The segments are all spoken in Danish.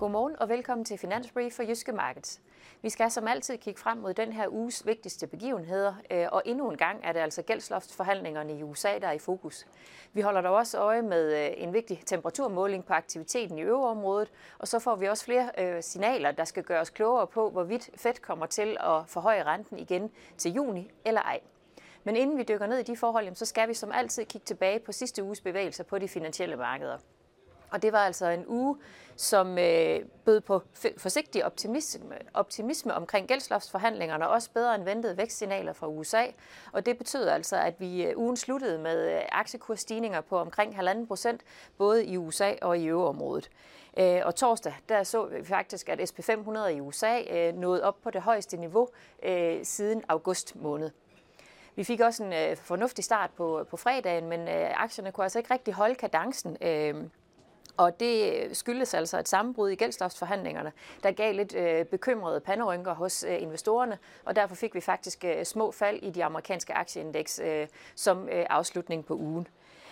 Godmorgen og velkommen til Finansbrief for Jyske Markets. Vi skal som altid kigge frem mod den her uges vigtigste begivenheder, og endnu en gang er det altså gældsloftsforhandlingerne i USA, der er i fokus. Vi holder dog også øje med en vigtig temperaturmåling på aktiviteten i euroområdet, og så får vi også flere signaler, der skal gøre os klogere på, hvorvidt Fed kommer til at forhøje renten igen til juni eller ej. Men inden vi dykker ned i de forhold, så skal vi som altid kigge tilbage på sidste uges bevægelser på de finansielle markeder. Og det var altså en uge, som bød på forsigtig optimisme omkring gældsloftsforhandlingerne, og også bedre end ventede vækstsignaler fra USA. Og det betød altså, at vi ugen sluttede med aktiekursstigninger på omkring 1,5%, både i USA og i euroområdet. Og torsdag, der så vi faktisk, at SP 500 i USA nåede op på det højeste niveau siden august måned. Vi fik også en fornuftig start på fredagen, men aktierne kunne altså ikke rigtig holde kadencen. Og det skyldes altså et sammenbrud i gældsloftsforhandlingerne, der gav lidt bekymrede panderynker hos investorerne, og derfor fik vi faktisk små fald i de amerikanske aktieindeks som afslutning på ugen.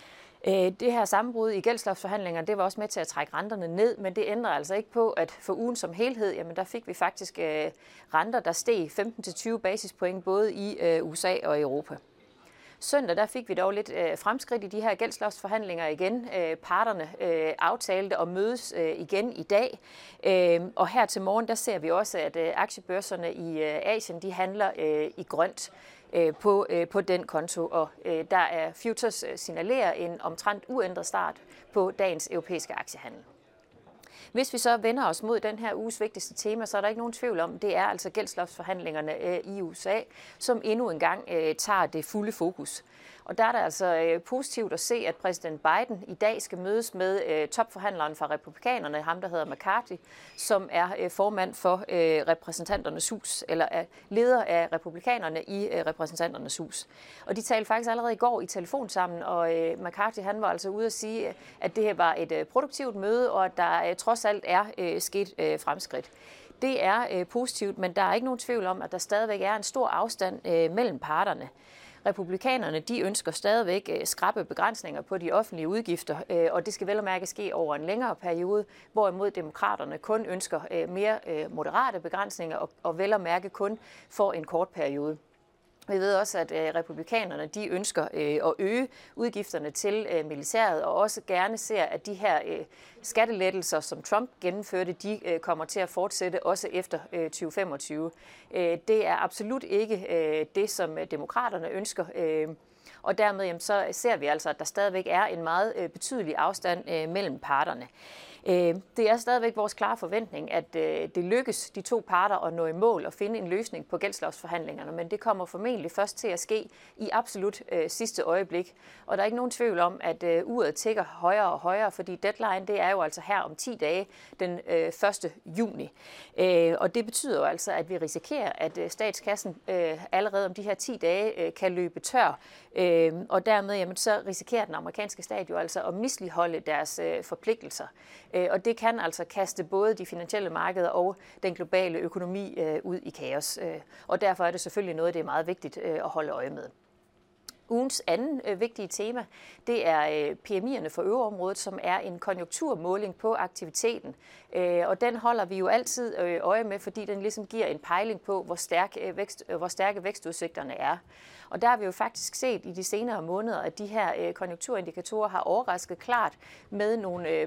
Det her sammenbrud i gældsloftsforhandlingerne, det var også med til at trække renterne ned, men det ændrer altså ikke på, at for ugen som helhed, jamen der fik vi faktisk renter, der steg 15-20 basispoint både i USA og Europa. Søndag der fik vi dog lidt fremskridt i de her gældsloftsforhandlinger igen. Parterne aftalte at mødes igen i dag. Og her til morgen der ser vi også, at aktiebørserne i Asien de handler i grønt på den konto. Og der er futures signalerer en omtrent uændret start på dagens europæiske aktiehandel. Hvis vi så vender os mod den her uges vigtigste tema, så er der ikke nogen tvivl om, det er altså gældsloftsforhandlingerne i USA, som endnu en gang tager det fulde fokus. Og der er det altså positivt at se, at præsident Biden i dag skal mødes med topforhandleren fra republikanerne, ham der hedder McCarthy, som er formand for repræsentanternes hus, eller er leder af republikanerne i repræsentanternes hus. Og de talte faktisk allerede i går i telefon sammen, og McCarthy han var altså ude at sige, at det her var et produktivt møde, og at der trods alt er sket fremskridt. Det er positivt, men der er ikke nogen tvivl om, at der stadigvæk er en stor afstand mellem parterne. Republikanerne de ønsker stadigvæk skrappe begrænsninger på de offentlige udgifter, og det skal vel og mærke ske over en længere periode, hvorimod demokraterne kun ønsker mere moderate begrænsninger og vel og mærke kun for en kort periode. Vi ved også, at republikanerne de ønsker at øge udgifterne til militæret, og også gerne ser, at de her skattelettelser, som Trump gennemførte, de kommer til at fortsætte også efter 2025. Det er absolut ikke det, som demokraterne ønsker. Og dermed så ser vi altså, at der stadigvæk er en meget betydelig afstand mellem parterne. Det er stadigvæk vores klare forventning, at det lykkes de to parter at nå i mål og finde en løsning på gældsloftsforhandlingerne, men det kommer formentlig først til at ske i absolut sidste øjeblik. Og der er ikke nogen tvivl om, at uret tikker højere og højere, fordi deadline det er jo altså her om 10 dage, den 1. juni. Og det betyder jo altså, at vi risikerer, at statskassen allerede om de her 10 dage kan løbe tør, og dermed jamen, så risikerer den amerikanske stat jo altså at misligholde deres forpligtelser. Og det kan altså kaste både de finansielle markeder og den globale økonomi ud i kaos. Og derfor er det selvfølgelig noget, det er meget vigtigt at holde øje med. Ugens anden vigtige tema, det er PMI'erne for euroområdet, som er en konjunkturmåling på aktiviteten. Og den holder vi jo altid øje med, fordi den ligesom giver en pejling på, hvor stærke vækstudsigterne er. Og der har vi jo faktisk set i de senere måneder, at de her konjunkturindikatorer har overrasket klart med nogle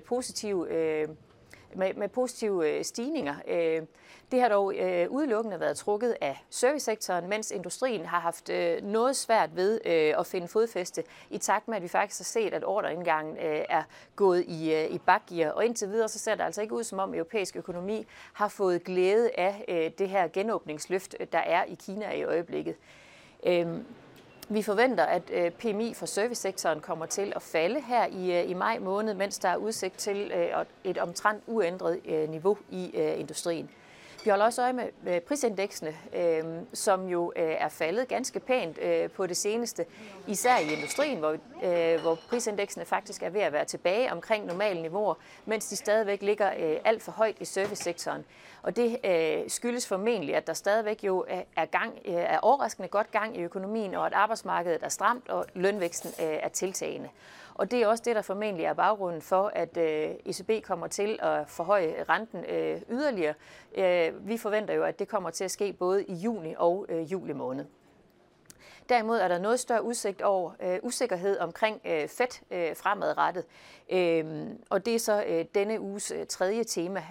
positive stigninger. Det har dog udelukkende været trukket af servicesektoren, mens industrien har haft noget svært ved at finde fodfæste, i takt med, at vi faktisk har set, at ordreindgangen er gået i bakgear. Og indtil videre, så ser det altså ikke ud, som om europæisk økonomi har fået glæde af det her genåbningsløft, der er i Kina i øjeblikket. Vi forventer, at PMI for servicesektoren kommer til at falde her i maj måned, mens der er udsigt til et omtrent uændret niveau i industrien. Vi holder også øje med prisindeksene, som jo er faldet ganske pænt på det seneste, især i industrien, hvor prisindeksene faktisk er ved at være tilbage omkring normale niveauer, mens de stadigvæk ligger alt for højt i servicesektoren. Og det skyldes formentlig, at der stadigvæk jo er overraskende godt gang i økonomien, og at arbejdsmarkedet er stramt, og lønvæksten er tiltagende. Og det er også det, der formentlig er baggrunden for, at ECB kommer til at forhøje renten yderligere. Vi forventer jo, at det kommer til at ske både i juni og juli måned. Derimod er der noget større usikkerhed omkring Fed fremadrettet, og det er så denne uges tredje tema.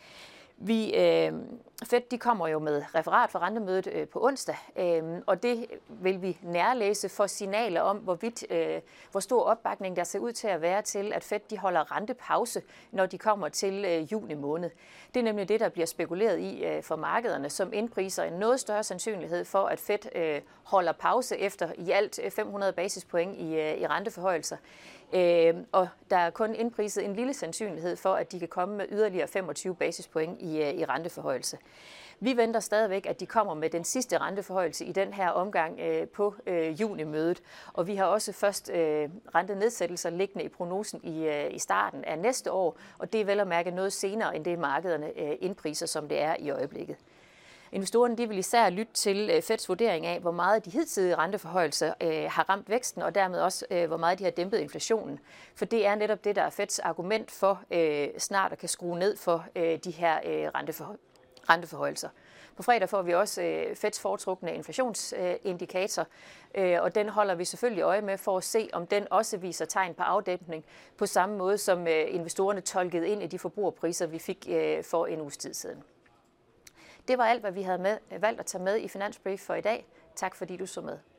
Fed de kommer jo med referat fra rentemødet på onsdag, og det vil vi nærlæse for signaler om, hvor stor opbakning der ser ud til at være til, at Fed de holder rentepause, når de kommer til juni måned. Det er nemlig det, der bliver spekuleret i for markederne, som indpriser en noget større sandsynlighed for, at Fed holder pause efter i alt 500 basispoint i renteforhøjelser. Og der er kun indpriset en lille sandsynlighed for, at de kan komme med yderligere 25 basispoint i renteforhøjelse. Vi venter stadigvæk, at de kommer med den sidste renteforhøjelse i den her omgang på junimødet, og vi har også først rentenedsættelser liggende i prognosen i starten af næste år, og det er vel at mærke noget senere end det markederne indpriser, som det er i øjeblikket. Investorerne de vil især lytte til Feds vurdering af, hvor meget de hidtidige renteforhøjelser har ramt væksten, og dermed også, hvor meget de har dæmpet inflationen. For det er netop det, der er Feds argument for snart at kan skrue ned for de her renteforhøjelser. På fredag får vi også Feds foretrukne inflationsindikator, og den holder vi selvfølgelig øje med for at se, om den også viser tegn på afdæmpning, på samme måde som investorerne tolkede ind i de forbrugerpriser, vi fik for en uges tid siden. Det var alt, hvad vi havde valgt at tage med i Finansbrief for i dag. Tak fordi du så med.